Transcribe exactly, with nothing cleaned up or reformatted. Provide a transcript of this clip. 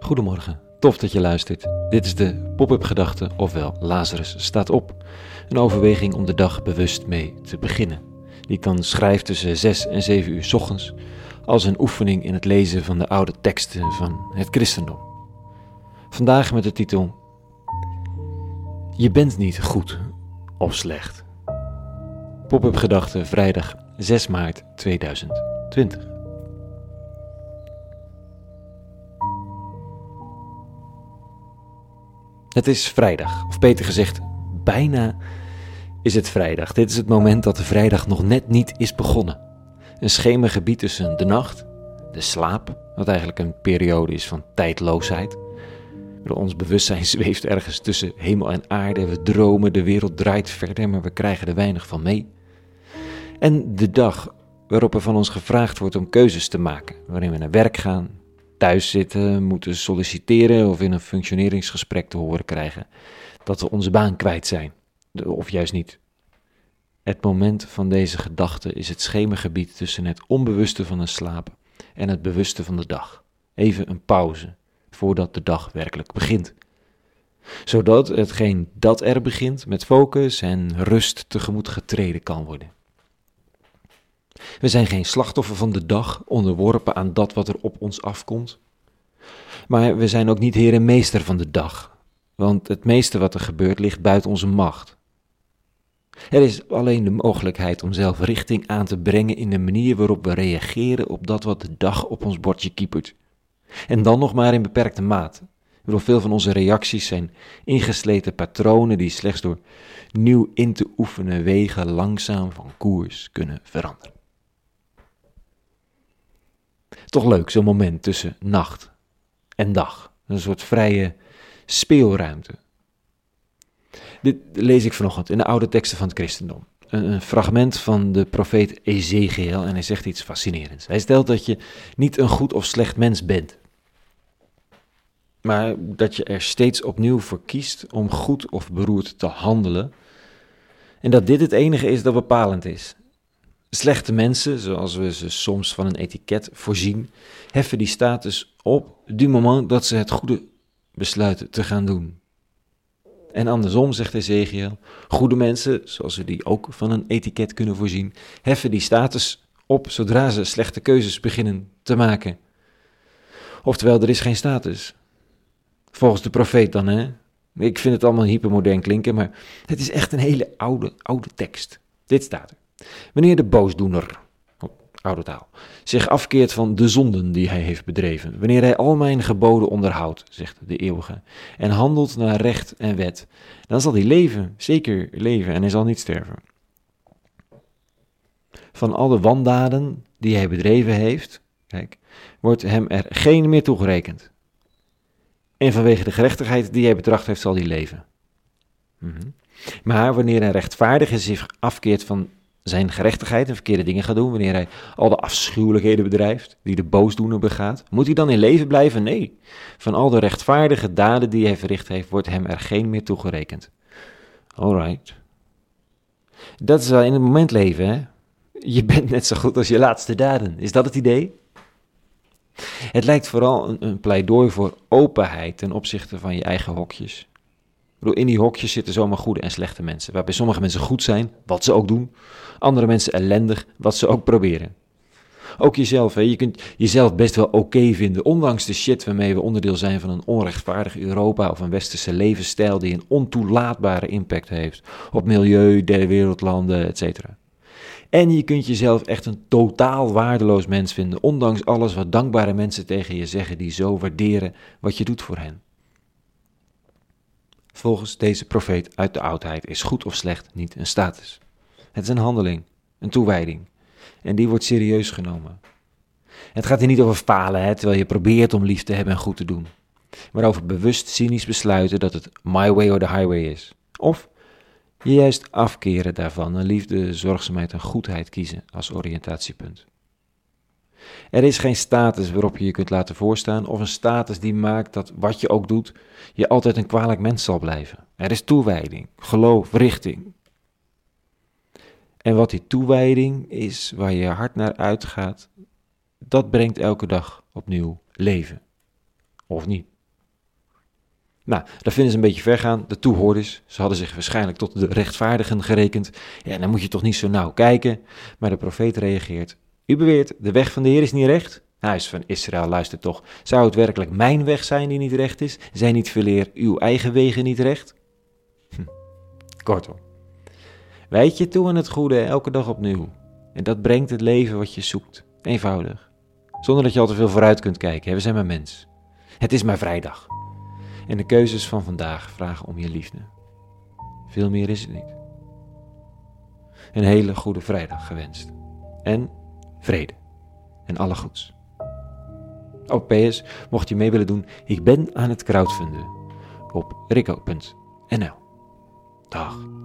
Goedemorgen, tof dat je luistert. Dit is de Pop-up Gedachte, ofwel Lazarus staat op. Een overweging om de dag bewust mee te beginnen. Die ik dan schrijf tussen zes en zeven uur 's ochtends, als een oefening in het lezen van de oude teksten van het christendom. Vandaag met de titel: Je bent niet goed of slecht. Pop-up Gedachte, vrijdag zes maart tweeduizend twintig. Het is vrijdag, of beter gezegd, bijna is het vrijdag. Dit is het moment dat de vrijdag nog net niet is begonnen. Een schemergebied tussen de nacht, de slaap, wat eigenlijk een periode is van tijdloosheid. Ons bewustzijn zweeft ergens tussen hemel en aarde. We dromen, de wereld draait verder, maar we krijgen er weinig van mee. En de dag waarop er van ons gevraagd wordt om keuzes te maken, waarin we naar werk gaan, thuis zitten, moeten solliciteren of in een functioneringsgesprek te horen krijgen dat we onze baan kwijt zijn, of juist niet. Het moment van deze gedachte is het schemergebied tussen het onbewuste van een slaap en het bewuste van de dag. Even een pauze voordat de dag werkelijk begint. Zodat hetgeen dat er begint met focus en rust tegemoet getreden kan worden. We zijn geen slachtoffer van de dag, onderworpen aan dat wat er op ons afkomt. Maar we zijn ook niet heer en meester van de dag, want het meeste wat er gebeurt ligt buiten onze macht. Er is alleen de mogelijkheid om zelf richting aan te brengen in de manier waarop we reageren op dat wat de dag op ons bordje kiepert. En dan nog maar in beperkte mate. Ik bedoel, veel van onze reacties zijn ingesleten patronen die slechts door nieuw in te oefenen wegen langzaam van koers kunnen veranderen. Toch leuk, zo'n moment tussen nacht en dag. Een soort vrije speelruimte. Dit lees ik vanochtend in de oude teksten van het christendom. Een, een fragment van de profeet Ezechiel en hij zegt iets fascinerends. Hij stelt dat je niet een goed of slecht mens bent, maar dat je er steeds opnieuw voor kiest om goed of beroerd te handelen. En dat dit het enige is dat bepalend is. Slechte mensen, zoals we ze soms van een etiket voorzien, heffen die status op du moment dat ze het goede besluiten te gaan doen. En andersom, zegt Ezechiel, goede mensen, zoals we die ook van een etiket kunnen voorzien, heffen die status op zodra ze slechte keuzes beginnen te maken. Oftewel, er is geen status. Volgens de profeet dan, hè? Ik vind het allemaal hypermodern klinken, maar het is echt een hele oude, oude tekst. Dit staat er. Wanneer de boosdoener, oh, oude taal, zich afkeert van de zonden die hij heeft bedreven, wanneer hij al mijn geboden onderhoudt, zegt de eeuwige, en handelt naar recht en wet, dan zal hij leven, zeker leven, en hij zal niet sterven. Van alle wandaden die hij bedreven heeft, kijk, wordt hem er geen meer toegerekend. En vanwege de gerechtigheid die hij betracht heeft, zal hij leven. Mm-hmm. Maar wanneer een rechtvaardige zich afkeert van zijn gerechtigheid en verkeerde dingen gaat doen, wanneer hij al de afschuwelijkheden bedrijft, die de boosdoener begaat, moet hij dan in leven blijven? Nee. Van al de rechtvaardige daden die hij verricht heeft, wordt hem er geen meer toegerekend. Alright. Dat is wel in het moment leven, hè? Je bent net zo goed als je laatste daden. Is dat het idee? Het lijkt vooral een, een pleidooi voor openheid ten opzichte van je eigen hokjes. In die hokjes zitten zomaar goede en slechte mensen, waarbij sommige mensen goed zijn, wat ze ook doen, andere mensen ellendig, wat ze ook proberen. Ook jezelf, hè? Je kunt jezelf best wel oké vinden, ondanks de shit waarmee we onderdeel zijn van een onrechtvaardig Europa of een westerse levensstijl die een ontoelaatbare impact heeft op milieu, derde wereldlanden, et cetera. En je kunt jezelf echt een totaal waardeloos mens vinden, ondanks alles wat dankbare mensen tegen je zeggen die zo waarderen wat je doet voor hen. Volgens deze profeet uit de oudheid is goed of slecht niet een status. Het is een handeling, een toewijding. En die wordt serieus genomen. Het gaat hier niet over falen, hè, terwijl je probeert om lief te hebben en goed te doen. Maar over bewust cynisch besluiten dat het my way or the highway is. Of je juist afkeren daarvan en liefde, zorgzaamheid en goedheid kiezen als oriëntatiepunt. Er is geen status waarop je je kunt laten voorstaan of een status die maakt dat wat je ook doet, je altijd een kwalijk mens zal blijven. Er is toewijding, geloof, richting. En wat die toewijding is, waar je hart naar uitgaat, dat brengt elke dag opnieuw leven. Of niet. Nou, dat vinden ze een beetje ver gaan. De toehoorders, ze hadden zich waarschijnlijk tot de rechtvaardigen gerekend. Ja, dan moet je toch niet zo nauw kijken. Maar de profeet reageert. U beweert, de weg van de Heer is niet recht? Huis van Israël, luister toch. Zou het werkelijk mijn weg zijn die niet recht is? Zijn niet veeleer uw eigen wegen niet recht? Hm. Kortom. Wijd je toe aan het goede elke dag opnieuw. En dat brengt het leven wat je zoekt. Eenvoudig. Zonder dat je al te veel vooruit kunt kijken. We zijn maar mens. Het is maar vrijdag. En de keuzes van vandaag vragen om je liefde. Veel meer is het niet. Een hele goede vrijdag gewenst. En vrede. En alle goeds. Oh, P S, mocht je mee willen doen, ik ben aan het crowdfunden op rico punt n l. Dag.